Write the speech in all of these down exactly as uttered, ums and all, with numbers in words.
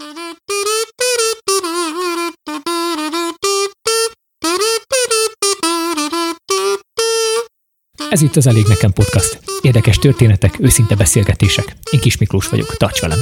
Ez itt az Elég Nekem Podcast. Érdekes történetek, őszinte beszélgetések. Én Kis Miklós vagyok, tarts velem!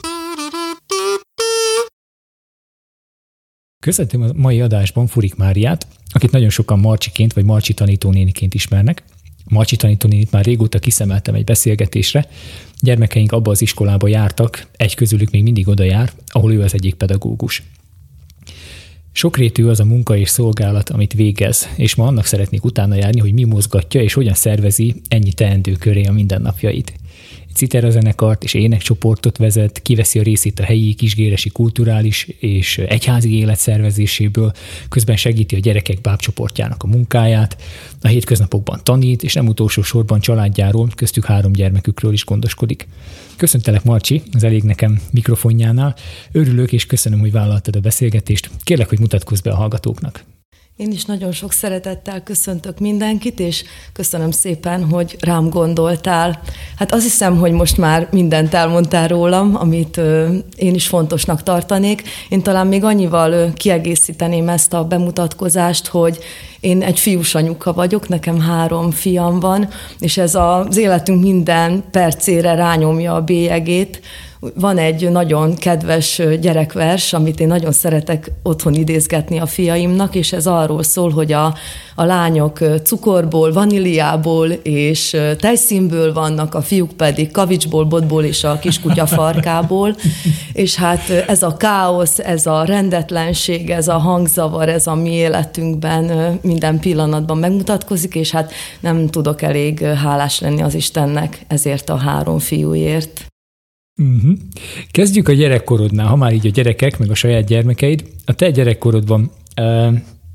Köszöntöm a mai adásban Furik Máriát, akit nagyon sokan Marcsiként vagy Marcsi tanítónéniként ismernek. Marcsi tanítónénit már régóta kiszemeltem egy beszélgetésre. Gyermekeink abba az iskolába jártak, egy közülük még mindig oda jár, ahol ő az egyik pedagógus. Sokrétű az a munka és szolgálat, amit végez, és ma annak szeretnék utána járni, hogy mi mozgatja és hogyan szervezi ennyi teendő köré a mindennapjait. Citerazenekart és énekcsoportot vezet, kiveszi a részét a helyi kisgéresi kulturális és egyházi élet szervezéséből, közben segíti a gyerekek bábcsoportjának a munkáját, a hétköznapokban tanít, és nem utolsó sorban családjáról, köztük három gyermekükről is gondoskodik. Köszöntelek, Marcsi, az Elég Nekem mikrofonjánál. Örülök és köszönöm, hogy vállaltad a beszélgetést. Kérlek, hogy mutatkozz be a hallgatóknak. Én is nagyon sok szeretettel köszöntök mindenkit, és köszönöm szépen, hogy rám gondoltál. Hát azt hiszem, hogy most már mindent elmondtál rólam, amit ö, én is fontosnak tartanék. Én talán még annyival ö, kiegészíteném ezt a bemutatkozást, hogy én egy fiús anyuka vagyok, nekem három fiam van, és ez az életünk minden percére rányomja a bélyegét. Van egy nagyon kedves gyerekvers, amit én nagyon szeretek otthon idézgetni a fiaimnak, és ez arról szól, hogy a, a lányok cukorból, vaníliából és tejszínből vannak, a fiúk pedig kavicsból, botból és a kiskutya farkából, és hát ez a káosz, ez a rendetlenség, ez a hangzavar, ez a mi életünkben minden pillanatban megmutatkozik, és hát nem tudok elég hálás lenni az Istennek ezért a három fiúért. Uh-huh. Kezdjük a gyerekkorodnál, ha már így a gyerekek, meg a saját gyermekeid. A te gyerekkorodban uh,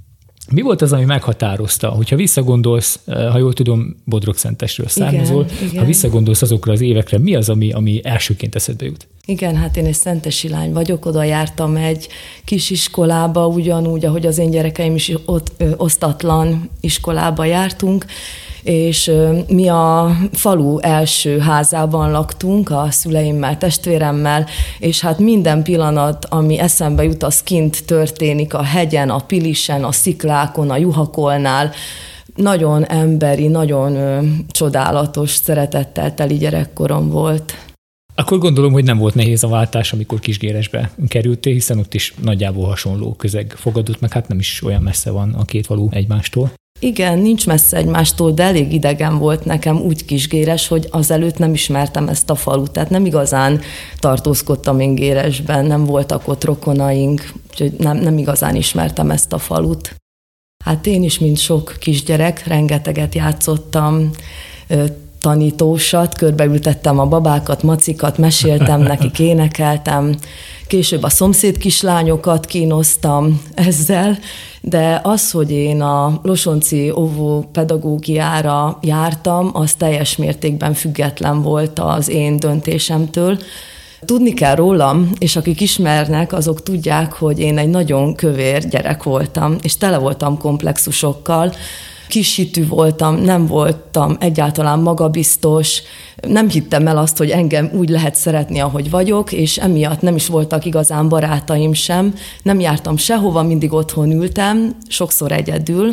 mi volt az, ami meghatározta? Hogyha visszagondolsz, uh, ha jól tudom, Bodrogszentesről származol, igen, igen. Ha visszagondolsz azokra az évekre, mi az, ami, ami elsőként eszedbe jut? Igen, hát én egy szentesi lány vagyok, oda jártam egy kis iskolába, ugyanúgy, ahogy az én gyerekeim is ott ö, osztatlan iskolába jártunk, és mi a falu első házában laktunk a szüleimmel, testvéremmel, és hát minden pillanat, ami eszembe jut, az kint történik a hegyen, a Pilisen, a sziklákon, a Juhakolnál. Nagyon emberi, nagyon ö, csodálatos, szeretettel teli gyerekkorom volt. Akkor gondolom, hogy nem volt nehéz a váltás, amikor Kisgéresbe kerültél, hiszen ott is nagyjából hasonló közeg fogadott, meg hát nem is olyan messze van a két falu egymástól. Igen, nincs messze egymástól, de elég idegen volt nekem úgy Kisgéres, hogy azelőtt nem ismertem ezt a falut, tehát nem igazán tartózkodtam én Géresben, nem voltak ott rokonaink, úgyhogy nem, nem igazán ismertem ezt a falut. Hát én is, mint sok kisgyerek, rengeteget játszottam, tanítósat, körbeültettem a babákat, macikat, meséltem nekik, énekeltem, később a szomszéd kislányokat kínoztam ezzel, de az, hogy én a Losonci óvó pedagógiára jártam, az teljes mértékben független volt az én döntésemtől. Tudni kell rólam, és akik ismernek, azok tudják, hogy én egy nagyon kövér gyerek voltam, és tele voltam komplexusokkal. Kis hitű voltam, nem voltam egyáltalán magabiztos, nem hittem el azt, hogy engem úgy lehet szeretni, ahogy vagyok, és emiatt nem is voltak igazán barátaim sem. Nem jártam sehova, mindig otthon ültem, sokszor egyedül,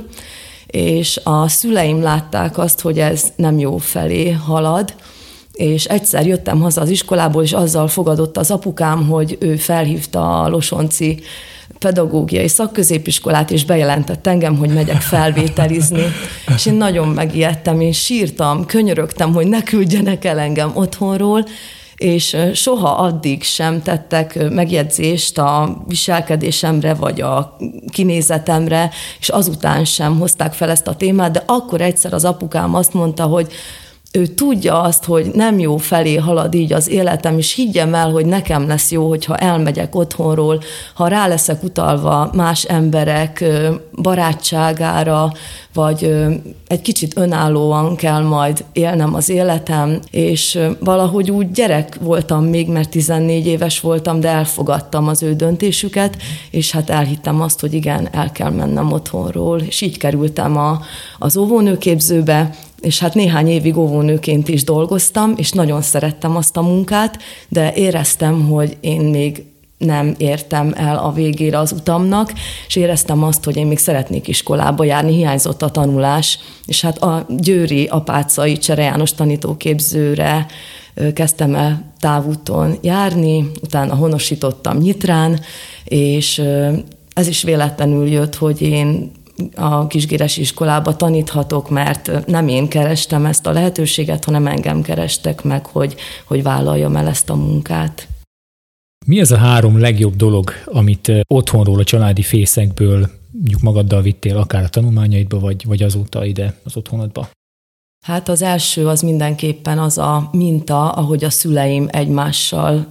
és a szüleim látták azt, hogy ez nem jó felé halad, és egyszer jöttem haza az iskolából, és azzal fogadott az apukám, hogy ő felhívta a Losonci pedagógiai szakközépiskolát, és bejelentett engem, hogy megyek felvételizni. És én nagyon megijedtem, én sírtam, könyörögtem, hogy ne küldjenek el engem otthonról, és soha addig sem tettek megjegyzést a viselkedésemre, vagy a kinézetemre, és azután sem hozták fel ezt a témát, de akkor egyszer az apukám azt mondta, hogy ő tudja azt, hogy nem jó felé halad így az életem, és higgyem el, hogy nekem lesz jó, hogyha elmegyek otthonról, ha rá leszek utalva más emberek barátságára, vagy egy kicsit önállóan kell majd élnem az életem, és valahogy úgy gyerek voltam még, mert tizennégy éves voltam, de elfogadtam az ő döntésüket, és hát elhittem azt, hogy igen, el kell mennem otthonról, és így kerültem a, az óvónőképzőbe, és hát néhány évig óvónőként is dolgoztam, és nagyon szerettem azt a munkát, de éreztem, hogy én még nem értem el a végére az utamnak, és éreztem azt, hogy én még szeretnék iskolába járni, hiányzott a tanulás, és hát a győri apácai Csere János tanítóképzőre kezdtem el távúton járni, utána honosítottam Nyitrán, és ez is véletlenül jött, hogy én a kisgéresi iskolába taníthatok, mert nem én kerestem ezt a lehetőséget, hanem engem kerestek meg, hogy, hogy vállaljam el ezt a munkát. Mi az a három legjobb dolog, amit otthonról, a családi fészekből mondjuk magaddal vittél, akár a tanulmányaidba, vagy, vagy azóta ide az otthonodba? Hát az első az mindenképpen az a minta, ahogy a szüleim egymással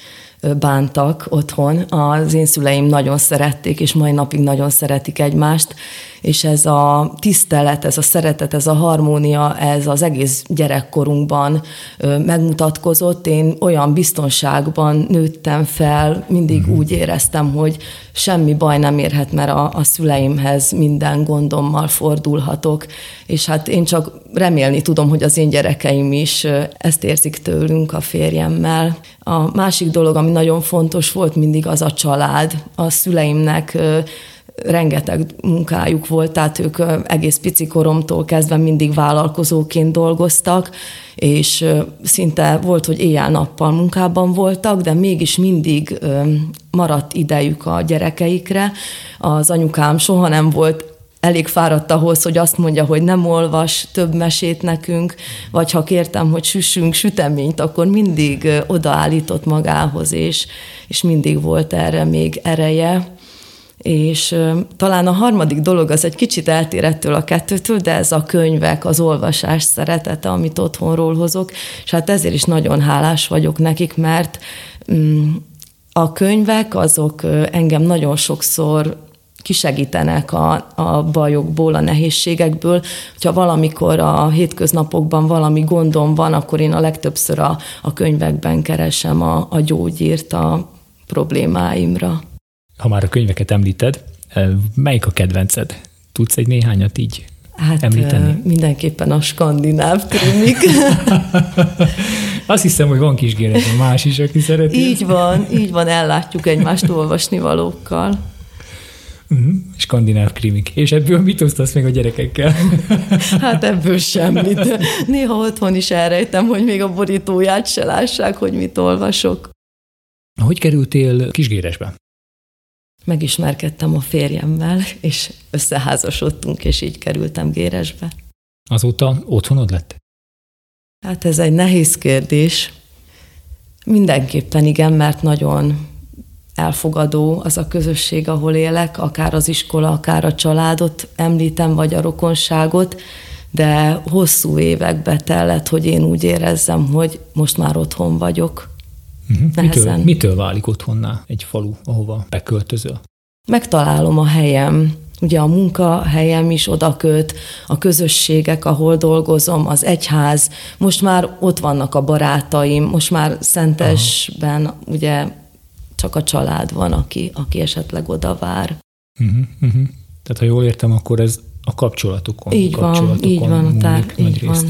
bántak otthon. Az én szüleim nagyon szerették, és mai napig nagyon szeretik egymást, és ez a tisztelet, ez a szeretet, ez a harmónia, ez az egész gyerekkorunkban megmutatkozott. Én olyan biztonságban nőttem fel, mindig uh-huh. úgy éreztem, hogy semmi baj nem érhet, mert a, a szüleimhez minden gondommal fordulhatok, és hát én csak remélni tudom, hogy az én gyerekeim is ezt érzik tőlünk a férjemmel. A másik dolog, ami nagyon fontos volt mindig, az a család. A szüleimnek rengeteg munkájuk volt, tehát ők egész pici koromtól kezdve mindig vállalkozóként dolgoztak, és szinte volt, hogy éjjel-nappal munkában voltak, de mégis mindig maradt idejük a gyerekeikre. Az anyukám soha nem volt elég fáradt ahhoz, hogy azt mondja, hogy nem olvas több mesét nekünk, vagy ha kértem, hogy süssünk süteményt, akkor mindig odaállított magához, és, és mindig volt erre még ereje. És uh, talán a harmadik dolog az egy kicsit eltér ettől a kettőtől, de ez a könyvek, az olvasás szeretete, amit otthonról hozok, és hát ezért is nagyon hálás vagyok nekik, mert um, a könyvek azok uh, engem nagyon sokszor kisegítenek a, a bajokból, a nehézségekből. Hogyha valamikor a hétköznapokban valami gondom van, akkor én a legtöbbször a, a könyvekben keresem a, a gyógyírt a problémáimra. Ha már a könyveket említed, melyik a kedvenced? Tudsz egy néhányat így hát, említeni? Mindenképpen a skandináv krimik. Azt hiszem, hogy van Kisgéresen más is, aki szereti. Így van, így van, ellátjuk egymást olvasnivalókkal. Uh-huh. Skandináv krimik. És ebből mit osztasz még a gyerekekkel? Hát ebből semmit. Néha otthon is elrejtem, hogy még a borítóját se lássák, hogy mit olvasok. Hogy kerültél Kisgéresbe? Megismerkedtem a férjemmel, és összeházasodtunk, és így kerültem Géresbe. Azóta otthonod lett? Hát ez egy nehéz kérdés. Mindenképpen igen, mert nagyon elfogadó az a közösség, ahol élek, akár az iskola, akár a családot említem, vagy a rokonságot, de hosszú évekbe tellett, hogy én úgy érezzem, hogy most már otthon vagyok. Uh-huh. Mitől, mitől válik otthonná egy falu, ahova beköltözöl? Megtalálom a helyem. Ugye a munkahelyem is oda köt, a közösségek, ahol dolgozom, az egyház. Most már ott vannak a barátaim, most már Szentesben Aha. ugye csak a család van, aki, aki esetleg oda vár. Uh-huh, uh-huh. Tehát ha jól értem, akkor ez a kapcsolatokon. Így kapcsolatokon van, így van, a tár, így van.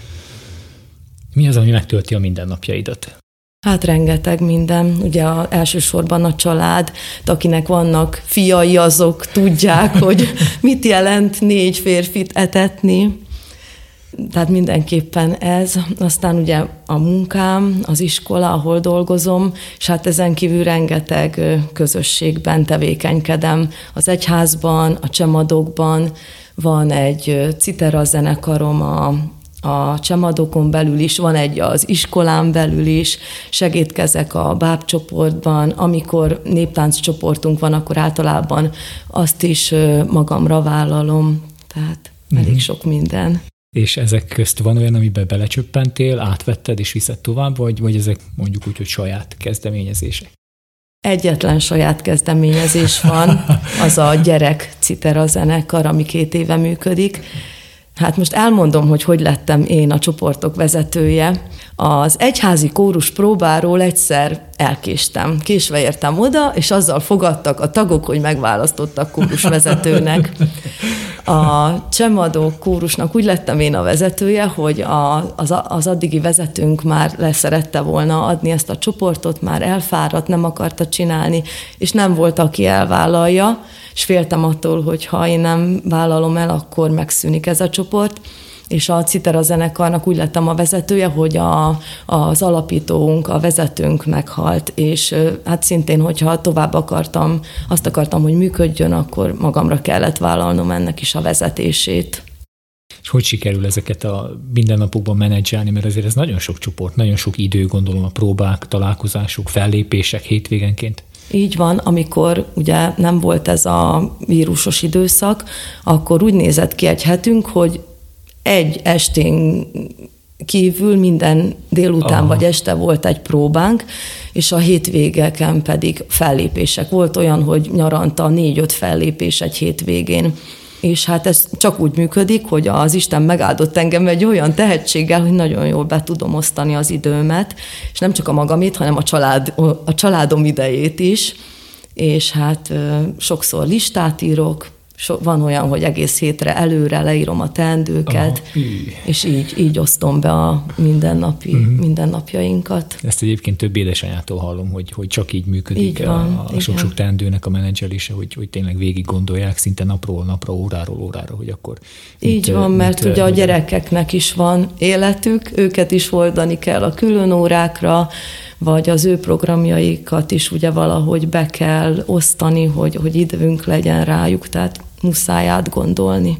Mi az, ami megtölti a mindennapjaidat? Hát rengeteg minden. Ugye a, elsősorban a család, akinek vannak fiai, azok tudják, hogy mit jelent négy férfit etetni. Tehát mindenképpen ez. Aztán ugye a munkám, az iskola, ahol dolgozom, és hát ezen kívül rengeteg közösségben tevékenykedem. Az egyházban, a Csemadokban van egy citera zenekarom, a A Csemadokon belül is, van egy az iskolán belül is, segédkezek a bábcsoportban, amikor néptánc csoportunk van, akkor általában azt is magamra vállalom, tehát elég uh-huh. sok minden. És ezek közt van olyan, amiben belecsöppentél, átvetted és viszed tovább, vagy, vagy ezek mondjuk úgy, hogy saját kezdeményezések? Egyetlen saját kezdeményezés van, az a Gyerek citera zenekar, ami két éve működik. Hát most elmondom, hogy hogy lettem én a csoportok vezetője. Az egyházi kórus próbáról egyszer elkéstem. Késve értem oda, és azzal fogadtak a tagok, hogy megválasztottak kórusvezetőnek. A Csemadó kórusnak úgy lettem én a vezetője, hogy a, az, az addigi vezetőnk már leszerette volna adni ezt a csoportot, már elfáradt, nem akarta csinálni, és nem volt, aki elvállalja, és féltem attól, hogy ha én nem vállalom el, akkor megszűnik ez a csoport. És a Citera zenekarnak úgy lettem a vezetője, hogy a, az alapítónk, a vezetőnk meghalt, és hát szintén, hogyha tovább akartam, azt akartam, hogy működjön, akkor magamra kellett vállalnom ennek is a vezetését. És hogy sikerül ezeket a mindennapokban menedzselni, mert azért ez nagyon sok csoport, nagyon sok idő, gondolom, a próbák, találkozások, fellépések hétvégenként. Így van, amikor ugye nem volt ez a vírusos időszak, akkor úgy nézett ki egy hetünk, hogy egy estén kívül minden délután Aha. vagy este volt egy próbánk, és a hétvégeken pedig fellépések. Volt olyan, hogy nyaranta négy-öt fellépés egy hétvégén. És hát ez csak úgy működik, hogy az Isten megáldott engem egy olyan tehetséggel, hogy nagyon jól be tudom osztani az időmet, és nem csak a magamét, hanem a, család, a családom idejét is. És hát sokszor listát írok, van olyan, hogy egész hétre előre leírom a teendőket, Aha, és így, így osztom be a mindennapi, uh-huh. mindennapjainkat. Ezt egyébként több édesanyától hallom, hogy, hogy csak így működik így van, a, a sok-sok teendőnek a menedzselése, hogy, hogy tényleg végig gondolják szinte napról napra, óráról órára, hogy akkor... Így mit, van, mert mit, ugye a gyerekeknek is van életük, őket is oldani kell a külön órákra, vagy az ő programjaikat is ugye valahogy be kell osztani, hogy, hogy időnk legyen rájuk, tehát muszáj átgondolni.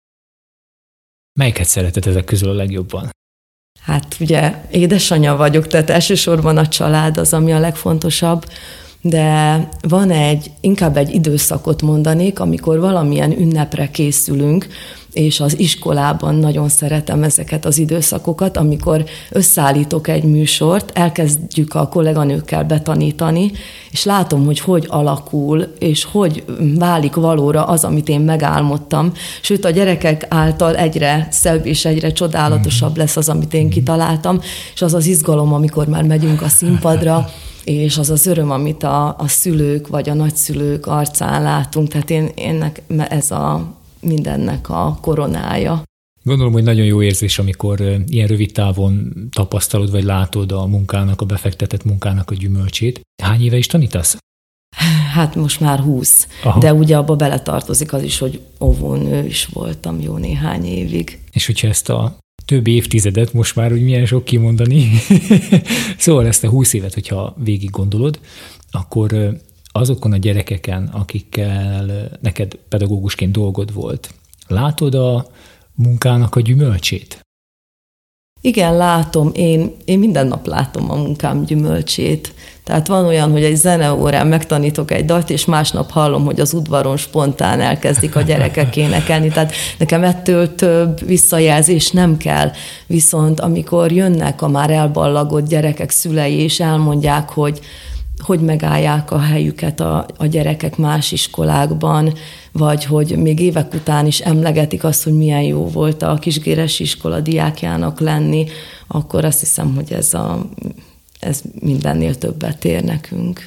Melyiket szereted ezek közül a legjobban? Hát ugye édesanyja vagyok, tehát elsősorban a család az, ami a legfontosabb, de van egy, inkább egy időszakot mondanék, amikor valamilyen ünnepre készülünk, és az iskolában nagyon szeretem ezeket az időszakokat, amikor összeállítok egy műsort, elkezdjük a kolléganőkkel betanítani, és látom, hogy hogy alakul, és hogy válik valóra az, amit én megálmodtam. Sőt, a gyerekek által egyre szebb és egyre csodálatosabb lesz az, amit én kitaláltam, és az az izgalom, amikor már megyünk a színpadra, és az az öröm, amit a, a szülők vagy a nagyszülők arcán látunk. Tehát én, én ez a mindennek a koronája. Gondolom, hogy nagyon jó érzés, amikor ilyen rövid távon tapasztalod, vagy látod a munkának, a befektetett munkának a gyümölcsét. Hány éve is tanítasz? Hát most már húsz, Aha. de ugye abba beletartozik az is, hogy óvónő is voltam jó néhány évig. És hogyha ezt a több évtizedet, most már úgy milyen sok kimondani, szóval ezt a húsz évet, hogyha végig gondolod, akkor azokon a gyerekeken, akikkel neked pedagógusként dolgod volt, látod a munkának a gyümölcsét? Igen, látom. Én, én minden nap látom a munkám gyümölcsét. Tehát van olyan, hogy egy zeneórán megtanítok egy dalt, és másnap hallom, hogy az udvaron spontán elkezdik a gyerekek énekelni. Tehát nekem ettől több visszajelzés nem kell. Viszont amikor jönnek a már elballagott gyerekek szülei, és elmondják, hogy hogy megállják a helyüket a, a gyerekek más iskolákban, vagy hogy még évek után is emlegetik azt, hogy milyen jó volt a kisgéresi iskola diákjának lenni, akkor azt hiszem, hogy ez, a, ez mindennél többet ér nekünk.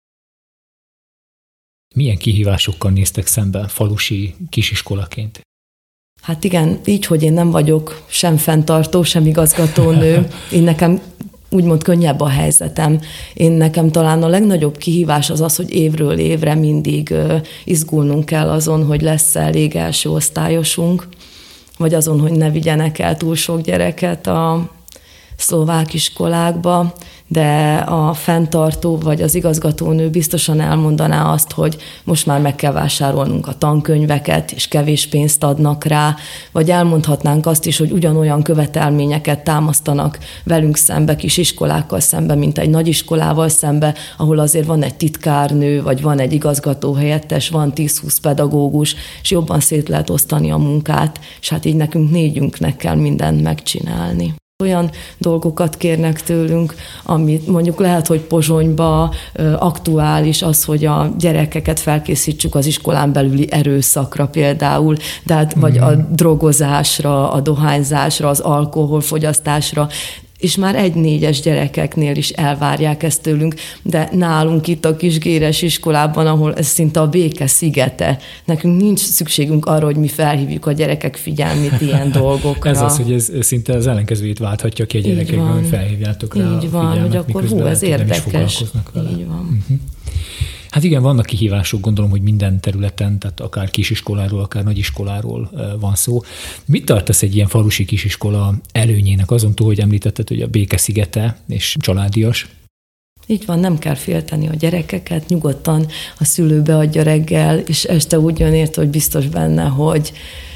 Milyen kihívásokkal néztek szembe falusi kisiskolaként? Hát igen, így, hogy én nem vagyok sem fenntartó, sem igazgatónő, én nekem úgymond könnyebb a helyzetem. Én nekem talán a legnagyobb kihívás az az, hogy évről évre mindig izgulnunk kell azon, hogy lesz-e elég első osztályosunk, vagy azon, hogy ne vigyenek el túl sok gyereket a szlovák iskolákba, de a fenntartó vagy az igazgatónő biztosan elmondaná azt, hogy most már meg kell vásárolnunk a tankönyveket, és kevés pénzt adnak rá, vagy elmondhatnánk azt is, hogy ugyanolyan követelményeket támasztanak velünk szembe, kis iskolákkal szembe, mint egy nagyiskolával szembe, ahol azért van egy titkárnő, vagy van egy igazgatóhelyettes, van tíz-húsz pedagógus, és jobban szét lehet osztani a munkát, és hát így nekünk négyünknek kell mindent megcsinálni. Olyan dolgokat kérnek tőlünk, amit mondjuk lehet, hogy Pozsonyba aktuális az, hogy a gyerekeket felkészítsük az iskolán belüli erőszakra például, de hát, vagy a drogozásra, a dohányzásra, az alkoholfogyasztásra. És már egy négyes gyerekeknél is elvárják ezt tőlünk, de nálunk itt a Kisgéres iskolában, ahol ez szinte a béke szigete, nekünk nincs szükségünk arra, hogy mi felhívjuk a gyerekek figyelmét ilyen dolgokra. Ez az, hogy ez szinte az ellenkezőjét válthatja ki a gyerekekben, hogy felhívjátok rá így van, a figyelmet, hogy akkor hú, ez érdekes. Így van. Uh-huh. Hát igen, vannak kihívások, gondolom, hogy minden területen, tehát akár kisiskoláról, akár nagyiskoláról van szó. Mit tartasz egy ilyen falusi kisiskola előnyének azon túl, hogy említetted, hogy a béke szigete és családias? Így van, nem kell félteni a gyerekeket, nyugodtan a szülő beadja reggel, és este úgy jön érte, hogy biztos benne, hogy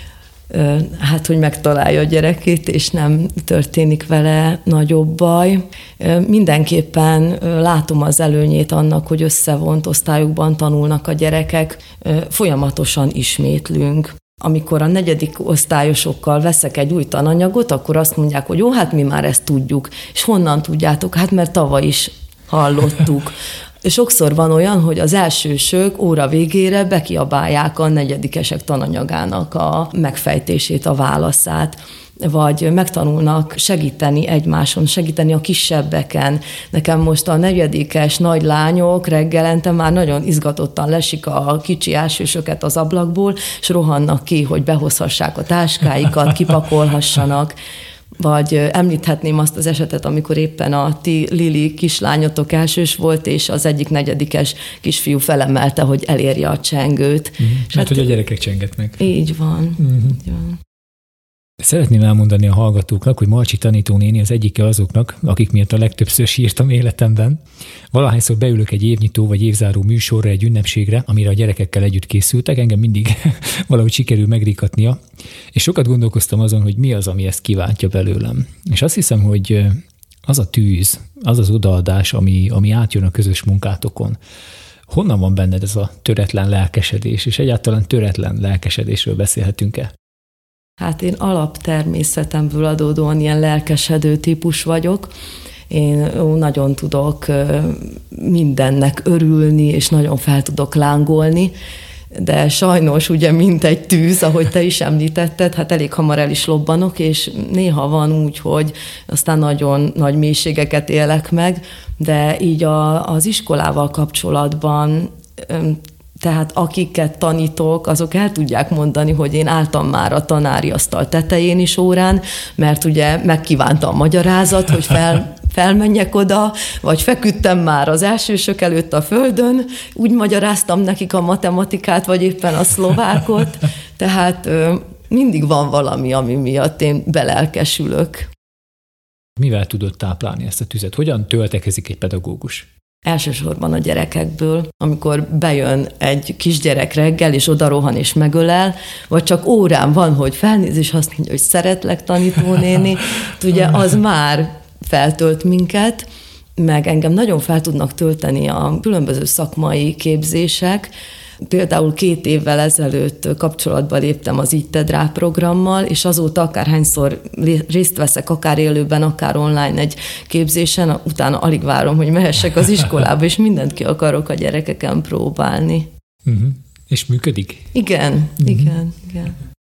hát, hogy megtalálja a gyerekét, és nem történik vele nagyobb baj. Mindenképpen látom az előnyét annak, hogy összevont osztályokban tanulnak a gyerekek, folyamatosan ismétlünk. Amikor a negyedik osztályosokkal veszek egy új tananyagot, akkor azt mondják, hogy jó, hát mi már ezt tudjuk. És honnan tudjátok? Hát mert tavaly is hallottuk. Sokszor van olyan, hogy az elsősök óra végére bekiabálják a negyedikesek tananyagának a megfejtését, a válaszát, vagy megtanulnak segíteni egymáson, segíteni a kisebbeken. Nekem most a negyedikes nagy lányok reggelente már nagyon izgatottan lesik a kicsi elsősöket az ablakból, és rohannak ki, hogy behozhassák a táskáikat, kipakolhassanak. Vagy említhetném azt az esetet, amikor éppen a ti Lili kislányotok elsős volt, és az egyik negyedikes kisfiú felemelte, hogy elérje a csengőt. Uh-huh. Mert hát, hogy a gyerekek csengetnek. Így van. Uh-huh. Így van. Szeretném elmondani a hallgatóknak, hogy Marcsi tanítónéni az egyike azoknak, akik miatt a legtöbbször sírtam életemben. Valahányszor beülök egy évnyitó vagy évzáró műsorra, egy ünnepségre, amire a gyerekekkel együtt készültek, engem mindig valahogy sikerül megrikatnia, és sokat gondolkoztam azon, hogy mi az, ami ezt kiváltja belőlem. És azt hiszem, hogy az a tűz, az az odaadás, ami, ami átjön a közös munkátokon. Honnan van benned ez a töretlen lelkesedés, és egyáltalán töretlen lelkesedésről beszélhetünk-e? Hát én alaptermészetemből adódóan ilyen lelkesedő típus vagyok. Én nagyon tudok mindennek örülni, és nagyon fel tudok lángolni, de sajnos ugye mint egy tűz, ahogy te is említetted, hát elég hamar el is lobbanok, és néha van úgy, hogy aztán nagyon nagy mélységeket élek meg, de így a, az iskolával kapcsolatban, tehát akiket tanítok, azok el tudják mondani, hogy én álltam már a tanári asztal tetején is órán, mert ugye megkívánta a magyarázat, hogy fel, felmenjek oda, vagy feküdtem már az elsősök előtt a földön, úgy magyaráztam nekik a matematikát, vagy éppen a szlovákot, tehát mindig van valami, ami miatt én belelkesülök. Mivel tudod táplálni ezt a tüzet? Hogyan töltekezik egy pedagógus? Elsősorban a gyerekekből, amikor bejön egy kisgyerek reggel, és oda rohan és megölel, vagy csak órán van, hogy felnéz, és azt mondja, hogy szeretlek, tanítónéni, ugye az már feltölt minket, meg engem nagyon fel tudnak tölteni a különböző szakmai képzések. Például két évvel ezelőtt kapcsolatba léptem az Így Tedd Rá programmal, és azóta akárhányszor részt veszek, akár élőben, akár online egy képzésen, utána alig várom, hogy mehessek az iskolába, és mindent ki akarok a gyerekeken próbálni. Uh-huh. És működik? Igen, uh-huh. igen, igen.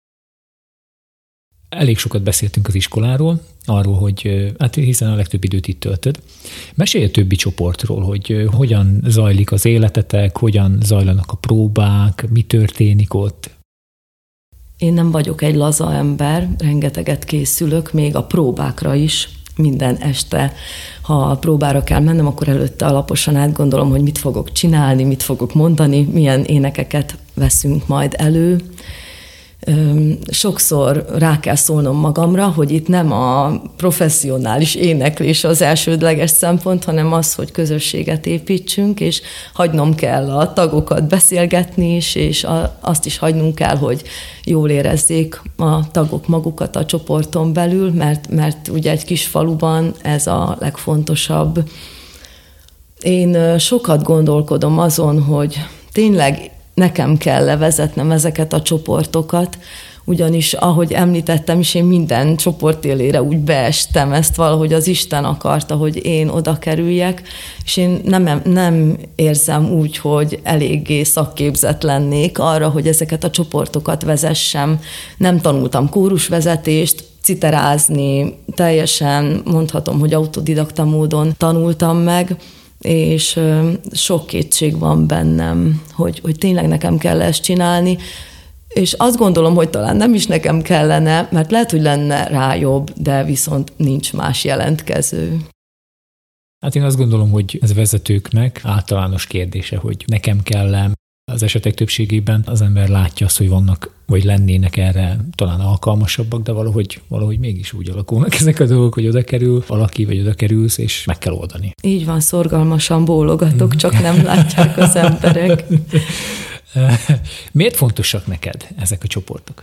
Elég sokat beszéltünk az iskoláról, arról, hogy hát hiszen a legtöbb időt itt töltöd. Mesélj a többi csoportról, hogy hogyan zajlik az életetek, hogyan zajlanak a próbák, mi történik ott. Én nem vagyok egy laza ember, rengeteget készülök, még a próbákra is. Minden este, ha a próbára kell mennem, akkor előtte alaposan átgondolom, hogy mit fogok csinálni, mit fogok mondani, milyen énekeket veszünk majd elő. Sokszor rá kell szólnom magamra, hogy itt nem a professzionális éneklés az elsődleges szempont, hanem az, hogy közösséget építsünk, és hagynom kell a tagokat beszélgetni is, és azt is hagynunk kell, hogy jól érezzék a tagok magukat a csoporton belül, mert, mert ugye egy kis faluban ez a legfontosabb. Én sokat gondolkodom azon, hogy tényleg nekem kell levezetnem ezeket a csoportokat, ugyanis, ahogy említettem is, én minden csoport élére úgy beestem, ezt valahogy az Isten akarta, hogy én oda kerüljek, és én nem, nem érzem úgy, hogy eléggé szakképzett lennék arra, hogy ezeket a csoportokat vezessem. Nem tanultam kórusvezetést, citerázni, teljesen mondhatom, hogy autodidakta módon tanultam meg, és sok kétség van bennem, hogy, hogy tényleg nekem kell ezt csinálni, és azt gondolom, hogy talán nem is nekem kellene, mert lehet, hogy lenne rá jobb, de viszont nincs más jelentkező. Hát én azt gondolom, hogy ez vezetőknek általános kérdése, hogy nekem kell. Az esetek többségében az ember látja azt, hogy vannak, vagy lennének erre talán alkalmasabbak, de valahogy, valahogy mégis úgy alakulnak ezek a dolgok, hogy oda kerül valaki, vagy oda kerülsz, és meg kell oldani. Így van, szorgalmasan bólogatok, csak nem látják az emberek. Miért fontosak neked ezek a csoportok?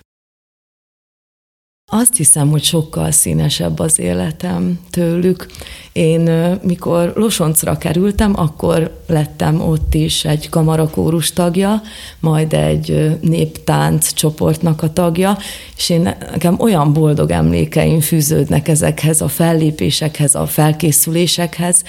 Azt hiszem, hogy sokkal színesebb az életem tőlük. Én mikor Losoncra kerültem, akkor lettem ott is egy kamarakórus tagja, majd egy néptánc csoportnak a tagja, és én, nekem olyan boldog emlékeim fűződnek ezekhez a fellépésekhez, a felkészülésekhez,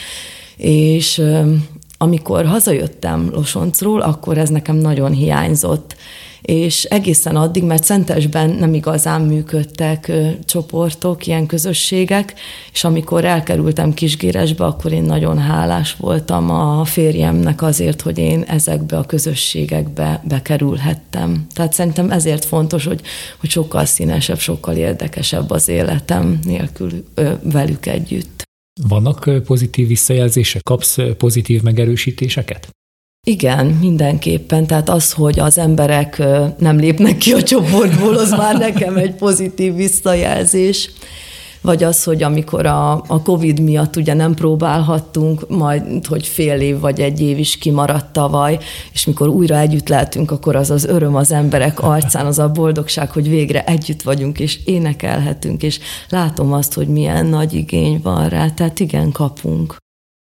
és amikor hazajöttem Losoncról, akkor ez nekem nagyon hiányzott. És egészen addig, mert Szentesben nem igazán működtek ö, csoportok, ilyen közösségek, és amikor elkerültem Kisgéresbe, akkor én nagyon hálás voltam a férjemnek azért, hogy én ezekbe a közösségekbe bekerülhettem. Tehát szerintem ezért fontos, hogy, hogy sokkal színesebb, sokkal érdekesebb az életem nélkül ö, velük együtt. Vannak pozitív visszajelzések? Kapsz pozitív megerősítéseket? Igen, mindenképpen. Tehát az, hogy az emberek nem lépnek ki a csoportból, az már nekem egy pozitív visszajelzés. Vagy az, hogy amikor a, a Covid miatt ugye nem próbálhattunk, majd hogy fél év vagy egy év is kimaradt tavaly, és mikor újra együtt lehetünk, akkor az az öröm az emberek arcán, az a boldogság, hogy végre együtt vagyunk, és énekelhetünk, és látom azt, hogy milyen nagy igény van rá. Tehát igen, kapunk.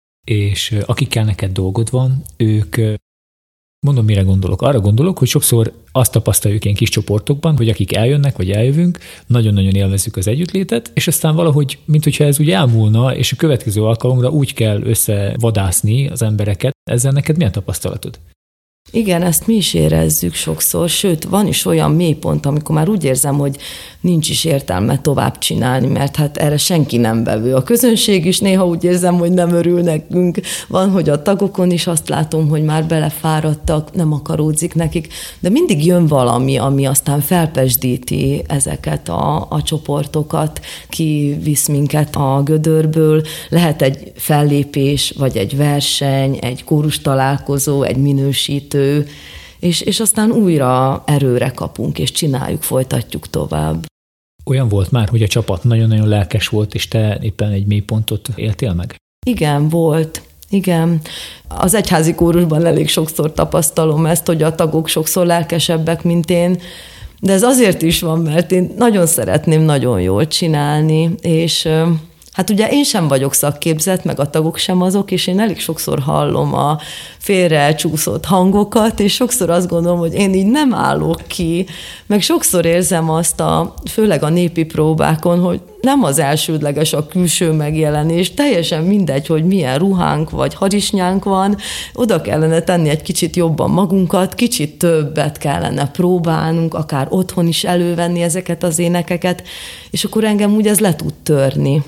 És akikkel neked dolgod van, ők, mondom, mire gondolok? Arra gondolok, hogy sokszor azt tapasztaljuk ilyen kis csoportokban, hogy akik eljönnek, vagy eljövünk, nagyon-nagyon élvezzük az együttlétet, és aztán valahogy, minthogyha ez úgy elmúlna, és a következő alkalomra úgy kell összevadászni az embereket. Ezzel neked milyen tapasztalatod? Igen, ezt mi is érezzük sokszor, sőt, van is olyan mélypont, amikor már úgy érzem, hogy nincs is értelme tovább csinálni, mert hát erre senki nem vevő. A közönség is néha úgy érzem, hogy nem örül nekünk. Van, hogy a tagokon is azt látom, hogy már belefáradtak, nem akaródzik nekik, de mindig jön valami, ami aztán felpesdíti ezeket a, a csoportokat, kivisz minket a gödörből. Lehet egy fellépés, vagy egy verseny, egy kórus találkozó, egy minősítő, És, és aztán újra erőre kapunk, és csináljuk, folytatjuk tovább. Olyan volt már, hogy a csapat nagyon-nagyon lelkes volt, és te éppen egy mélypontot éltél meg? Igen, volt. Igen. Az egyházi kórusban elég sokszor tapasztalom ezt, hogy a tagok sokszor lelkesebbek, mint én, de ez azért is van, mert én nagyon szeretném nagyon jól csinálni, és hát ugye én sem vagyok szakképzett, meg a tagok sem azok, és én elég sokszor hallom a félre csúszott hangokat, és sokszor azt gondolom, hogy én így nem állok ki, meg sokszor érzem azt, a, főleg a népi próbákon, hogy nem az elsődleges a külső megjelenés, teljesen mindegy, hogy milyen ruhánk vagy harisnyánk van, oda kellene tenni egy kicsit jobban magunkat, kicsit többet kellene próbálnunk, akár otthon is elővenni ezeket az énekeket, és akkor engem úgy ez le tud törni.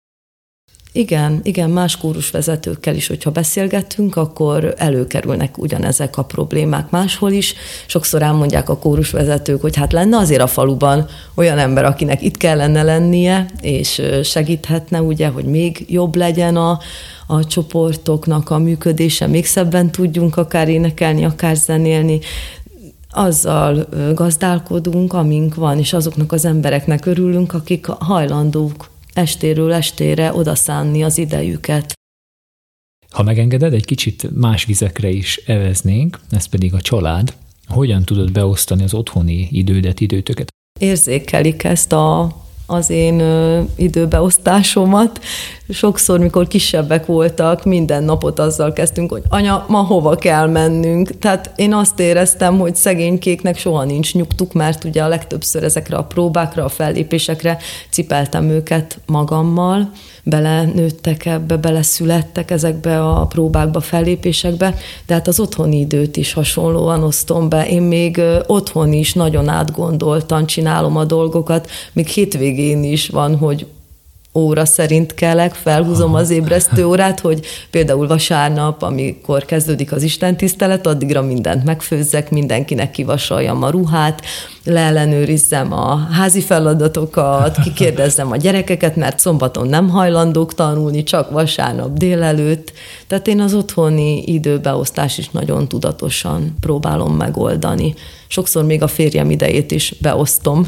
Igen, igen, más kórusvezetőkkel is, hogyha beszélgetünk, akkor előkerülnek ugyanezek a problémák máshol is. Sokszor elmondják a kórusvezetők, hogy hát lenne azért a faluban olyan ember, akinek itt kellene lennie, és segíthetne, ugye, hogy még jobb legyen a, a csoportoknak a működése, még szebben tudjunk akár énekelni, akár zenélni. Azzal gazdálkodunk, amink van, és azoknak az embereknek örülünk, akik hajlandók estéről estére odaszánni az idejüket. Ha megengeded, egy kicsit más vizekre is eveznénk, ez pedig a család. Hogyan tudod beosztani az otthoni idődet, időtöket? Érzékelik ezt a, az én ö, időbeosztásomat. Sokszor, mikor kisebbek voltak, minden napot azzal kezdtünk, hogy anya, ma hova kell mennünk. Tehát én azt éreztem, hogy szegénykéknek soha nincs nyugtuk, mert ugye a legtöbbször ezekre a próbákra, a fellépésekre cipeltem őket magammal, belenőttek ebbe, beleszülettek ezekbe a próbákba, fellépésekbe, de hát az otthoni időt is hasonlóan osztom be. Én még otthon is nagyon átgondoltan csinálom a dolgokat, még hétvégén is van, hogy óra szerint kelek, felhúzom az ébresztő órát, hogy például vasárnap, amikor kezdődik az istentisztelet, addigra mindent megfőzzek, mindenkinek kivasaljam a ruhát, leellenőrizzem a házi feladatokat, kikérdezzem a gyerekeket, mert szombaton nem hajlandók tanulni, csak vasárnap délelőtt. Tehát én az otthoni időbeosztás is nagyon tudatosan próbálom megoldani. Sokszor még a férjem idejét is beosztom.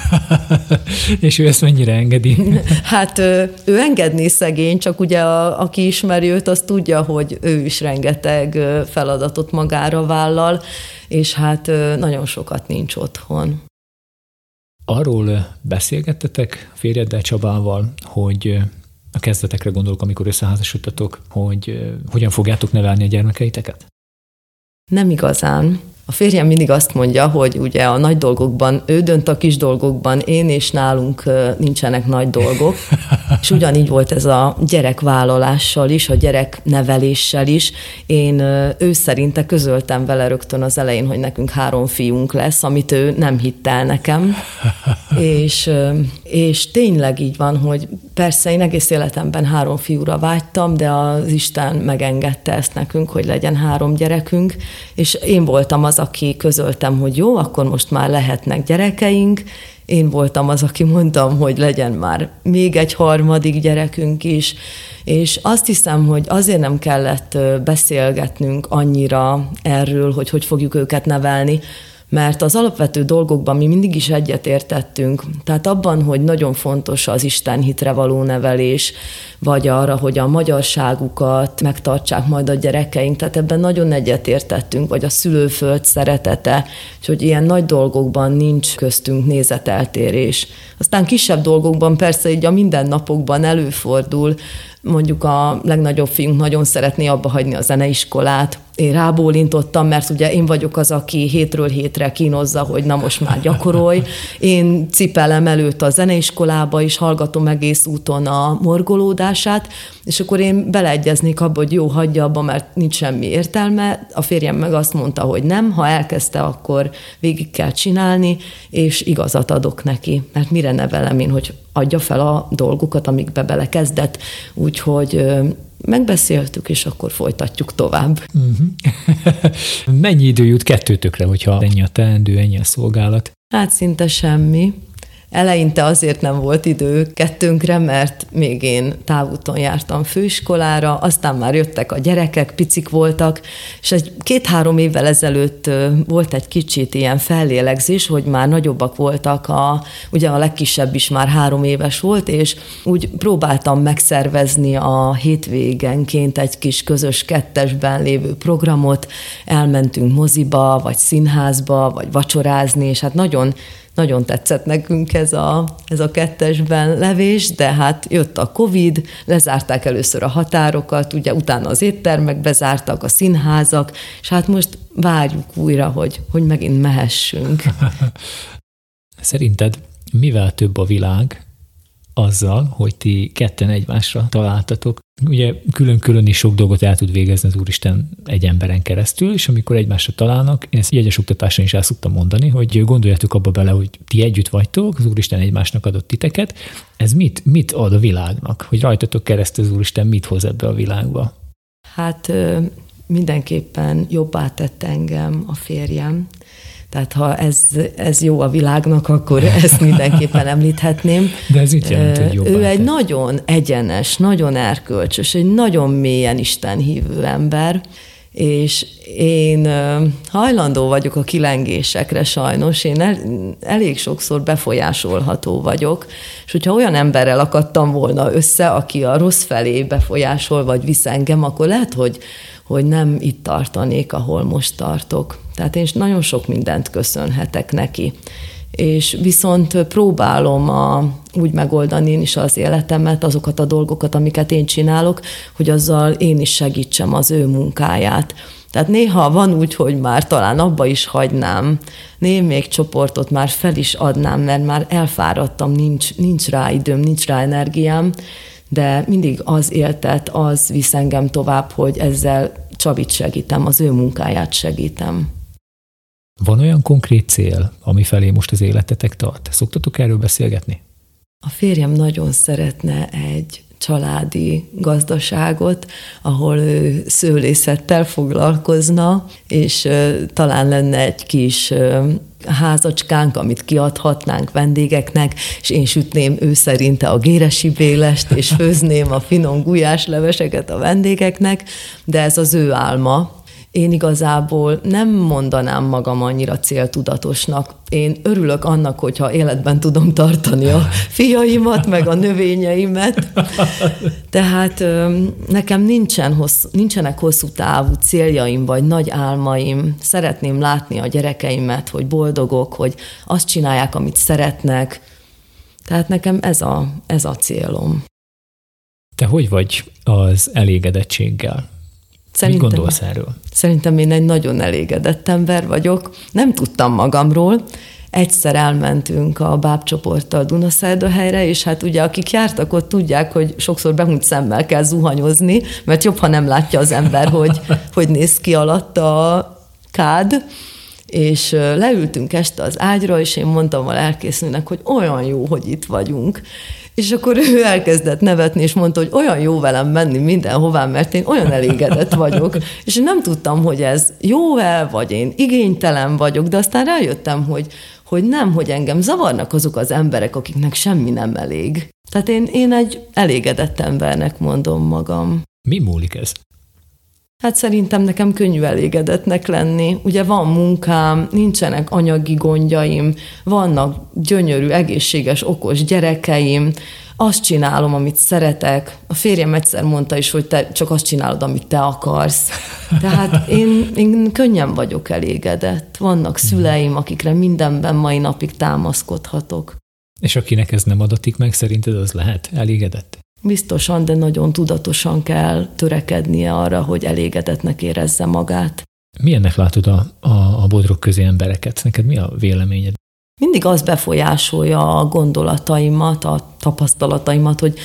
És ő ezt mennyire engedi? Hát ő, ő engedné szegény, csak ugye a, aki ismeri őt, az tudja, hogy ő is rengeteg feladatot magára vállal, és hát nagyon sokat nincs otthon. Arról beszélgettetek férjeddel, Csabával, hogy a kezdetekre gondolok, amikor összeházasodtatok, hogy hogyan fogjátok nevelni a gyermekeiteket? Nem igazán. A férjem mindig azt mondja, hogy ugye a nagy dolgokban ő dönt, a kis dolgokban én, és nálunk nincsenek nagy dolgok. És ugyanígy volt ez a gyerekvállalással is, a gyerekneveléssel is. Én ő szerinte közöltem vele rögtön az elején, hogy nekünk három fiunk lesz, amit ő nem hitt el nekem. és, és tényleg így van, hogy persze én egész életemben három fiúra vágytam, de az Isten megengedte ezt nekünk, hogy legyen három gyerekünk, és én voltam az, aki közöltem, hogy jó, akkor most már lehetnek gyerekeink. Én voltam az, aki mondtam, hogy legyen már még egy harmadik gyerekünk is, és azt hiszem, hogy azért nem kellett beszélgetnünk annyira erről, hogy hogy fogjuk őket nevelni, mert az alapvető dolgokban mi mindig is egyetértettünk. Tehát abban, hogy nagyon fontos az Isten hitre való nevelés, vagy arra, hogy a magyarságukat megtartsák majd a gyerekeink, tehát ebben nagyon egyetértettünk, vagy a szülőföld szeretete, hogy ilyen nagy dolgokban nincs köztünk nézeteltérés. Aztán kisebb dolgokban persze így a mindennapokban előfordul, mondjuk a legnagyobb fiunk nagyon szeretné abba hagyni a zeneiskolát. Én rábólintottam, mert ugye én vagyok az, aki hétről hétre kínozza, hogy na most már gyakorolj. Én cipelem előtt a zeneiskolába, és hallgatom egész úton a morgolódását, és akkor én beleegyeznék abba, hogy jó, hagyja abba, mert nincs semmi értelme. A férjem meg azt mondta, hogy nem, ha elkezdte, akkor végig kell csinálni, és igazat adok neki, mert mire nevelem én, hogy adja fel a dolgokat, amikbe belekezdett, úgyhogy megbeszéltük, és akkor folytatjuk tovább. Uh-huh. Mennyi idő jut kettőtökre, hogyha ennyi a teendő, ennyi a szolgálat? Hát szinte semmi. Eleinte azért nem volt idő kettőnkre, mert még én távúton jártam főiskolára, aztán már jöttek a gyerekek, picik voltak, és egy két-három évvel ezelőtt volt egy kicsit ilyen fellélegzés, hogy már nagyobbak voltak, a, ugye a legkisebb is már három éves volt, és úgy próbáltam megszervezni a hétvégenként egy kis közös kettesben lévő programot, elmentünk moziba, vagy színházba, vagy vacsorázni, és hát nagyon Nagyon tetszett nekünk ez a, ez a kettesben levés, de hát jött a Covid, lezárták először a határokat, ugye utána az éttermek bezártak, a színházak, és hát most várjuk újra, hogy, hogy megint mehessünk. Szerinted mivel több a világ azzal, hogy ti ketten egymásra találtatok? Ugye külön-külön is sok dolgot el tud végezni az Úristen egy emberen keresztül, és amikor egymásra találnak, én ezt jegyes oktatáson is el szoktam mondani, hogy gondoljatok abba bele, hogy ti együtt vagytok, az Úristen egymásnak adott titeket. Ez mit, mit ad a világnak? Hogy rajtatok keresztül az Úristen mit hoz ebbe a világba? Hát mindenképpen jobbá tett engem a férjem. Tehát ha ez, ez jó a világnak, akkor ezt mindenképpen említhetném. De ez mit jelent, hogy jobbá Ő egy tett? nagyon egyenes, nagyon erkölcsös, egy nagyon mélyen istenhívő ember, és én hajlandó vagyok a kilengésekre sajnos, én el, elég sokszor befolyásolható vagyok, és hogyha olyan emberrel akadtam volna össze, aki a rossz felé befolyásol, vagy visz engem, akkor lehet, hogy, hogy nem itt tartanék, ahol most tartok. Tehát én nagyon sok mindent köszönhetek neki. és viszont próbálom a, úgy megoldani én is az életemet, azokat a dolgokat, amiket én csinálok, hogy azzal én is segítsem az ő munkáját. Tehát néha van úgy, hogy már talán abba is hagynám, némelyik csoportot már fel is adnám, mert már elfáradtam, nincs, nincs rá időm, nincs rá energiám, de mindig az éltet, az visz engem tovább, hogy ezzel Csabit segítem, az ő munkáját segítem. Van olyan konkrét cél, ami felé most az életetek tart? Szoktatok erről beszélgetni? A férjem nagyon szeretne egy családi gazdaságot, ahol ő szőlészettel foglalkozna, és talán lenne egy kis házacskánk, amit kiadhatnánk vendégeknek, és én sütném ő szerinte a géresi bélest, és főzném a finom gulyásleveseket a vendégeknek, de ez az ő álma. Én igazából nem mondanám magam annyira céltudatosnak. Én örülök annak, hogyha életben tudom tartani a fiaimat, meg a növényeimet. Tehát nekem nincsen hossz, nincsenek hosszú távú céljaim, vagy nagy álmaim. Szeretném látni a gyerekeimet, hogy boldogok, hogy azt csinálják, amit szeretnek. Tehát nekem ez a, ez a célom. Te hogy vagy az elégedettséggel? Szerintem, mit gondolsz erről? Szerintem én egy nagyon elégedett ember vagyok. Nem tudtam magamról. Egyszer elmentünk a bábcsoporttal Dunaszerdahelyre, és hát ugye akik jártak ott tudják, hogy sokszor behunyt szemmel kell zuhanyozni, mert jobb, ha nem látja az ember, hogy hogy néz ki alatta a kád. És leültünk este az ágyra, és én mondtam a lelkésznőnek, hogy olyan jó, hogy itt vagyunk. És akkor ő elkezdett nevetni, és mondta, hogy olyan jó velem menni mindenhová, mert én olyan elégedett vagyok. És én nem tudtam, hogy ez jó-e, vagy én igénytelen vagyok, de aztán rájöttem, hogy, hogy nem, hogy engem zavarnak azok az emberek, akiknek semmi nem elég. Tehát én, én egy elégedett embernek mondom magam. Mi múlik ez? Hát szerintem nekem könnyű elégedettnek lenni. Ugye van munkám, nincsenek anyagi gondjaim, vannak gyönyörű, egészséges, okos gyerekeim, azt csinálom, amit szeretek. A férjem egyszer mondta is, hogy te csak azt csinálod, amit te akarsz. Tehát én, én könnyen vagyok elégedett. Vannak szüleim, akikre mindenben mai napig támaszkodhatok. És akinek ez nem adatik meg, szerinted az lehet elégedett? Biztosan, de nagyon tudatosan kell törekednie arra, hogy elégedettnek érezze magát. Milyennek látod a, a, a bodrog közé embereket? Neked mi a véleményed? Mindig az befolyásolja a gondolataimat, a tapasztalataimat, hogy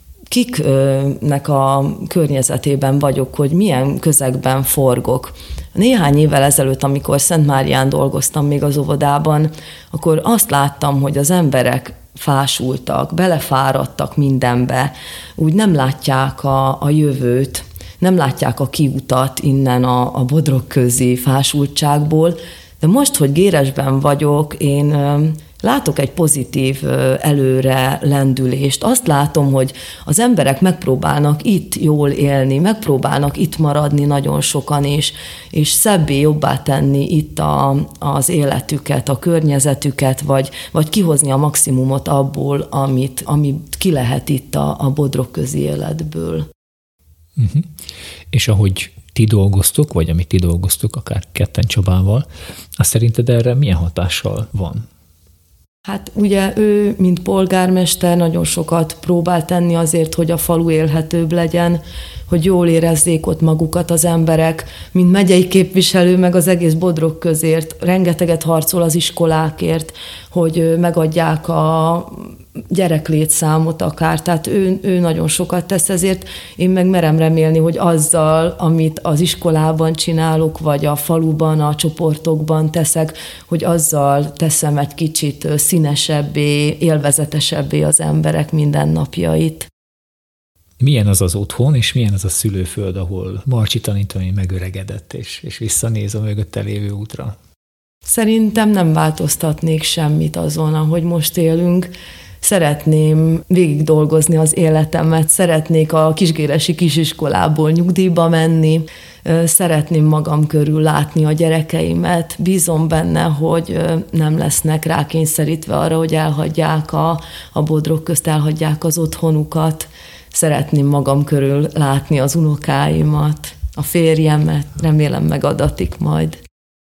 kiknek a környezetében vagyok, hogy milyen közegben forgok. Néhány évvel ezelőtt, amikor Szentmárián dolgoztam még az óvodában, akkor azt láttam, hogy az emberek fásultak, belefáradtak mindenbe, úgy nem látják a, a jövőt, nem látják a kiutat innen a, a bodrogközi fásultságból, de most, hogy Géresben vagyok, én látok egy pozitív előre lendülést. Azt látom, hogy az emberek megpróbálnak itt jól élni, megpróbálnak itt maradni nagyon sokan, és, és szebbé, jobbá tenni itt a, az életüket, a környezetüket, vagy, vagy kihozni a maximumot abból, amit, amit ki lehet itt a, a bodrogközi életből. Uh-huh. És ahogy ti dolgoztok, vagy amit ti dolgoztok, akár ketten Csabával, azt szerinted erre milyen hatással van? Hát ugye ő, mint polgármester nagyon sokat próbál tenni azért, hogy a falu élhetőbb legyen, hogy jól érezzék ott magukat az emberek, mint megyei képviselő, meg az egész Bodrogközért, rengeteget harcol az iskolákért, hogy megadják a gyereklétszámot akár, tehát ő, ő nagyon sokat tesz, ezért én meg merem remélni, hogy azzal, amit az iskolában csinálok, vagy a faluban, a csoportokban teszek, hogy azzal teszem egy kicsit színesebbé, élvezetesebbé az emberek mindennapjait. Milyen az az otthon, és milyen az a szülőföld, ahol Marcsi tanítvány megöregedett, és, és visszanéz a mögötte lévő útra? Szerintem nem változtatnék semmit azon, ahogy most élünk. Szeretném végig dolgozni az életemet, szeretnék a kisgéresi kisiskolából nyugdíjba menni, szeretném magam körül látni a gyerekeimet, bízom benne, hogy nem lesznek rákényszerítve arra, hogy elhagyják a, a Bodrogközt, elhagyják az otthonukat. Szeretném magam körül látni az unokáimat, a férjemet, remélem megadatik majd.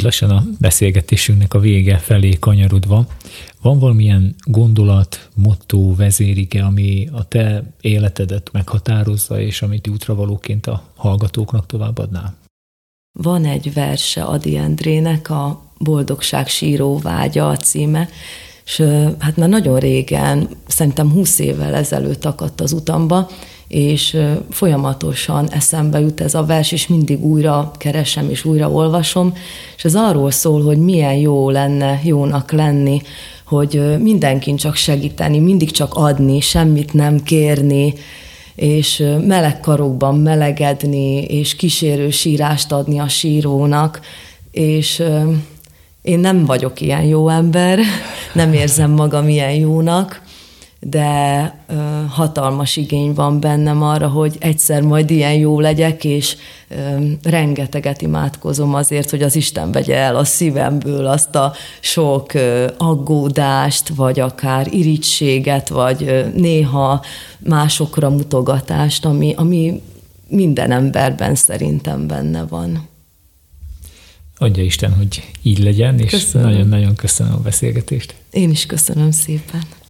így lassan a beszélgetésünknek a vége felé kanyarodva, van valamilyen gondolat, motto, vezérige, ami a te életedet meghatározza, és amit útravalóként a hallgatóknak továbbadnál? Van egy verse Ady Endrének, a Boldogság síró vágya a címe, és hát már nagyon régen, szerintem húsz évvel ezelőtt akadt az utamba, és folyamatosan eszembe jut ez a vers, és mindig újra keresem, és újra olvasom, és ez arról szól, hogy milyen jó lenne jónak lenni, hogy mindenkin csak segíteni, mindig csak adni, semmit nem kérni, és meleg karokban melegedni, és kísérő sírást adni a sírónak, és én nem vagyok ilyen jó ember, nem érzem magam ilyen jónak, de ö, hatalmas igény van bennem arra, hogy egyszer majd ilyen jó legyek, és ö, rengeteget imádkozom azért, hogy az Isten vegye el a szívemből azt a sok ö, aggódást, vagy akár irítséget, vagy ö, néha másokra mutogatást, ami, ami minden emberben szerintem benne van. Adja Isten, hogy így legyen, és nagyon-nagyon köszönöm a beszélgetést. Én is köszönöm szépen.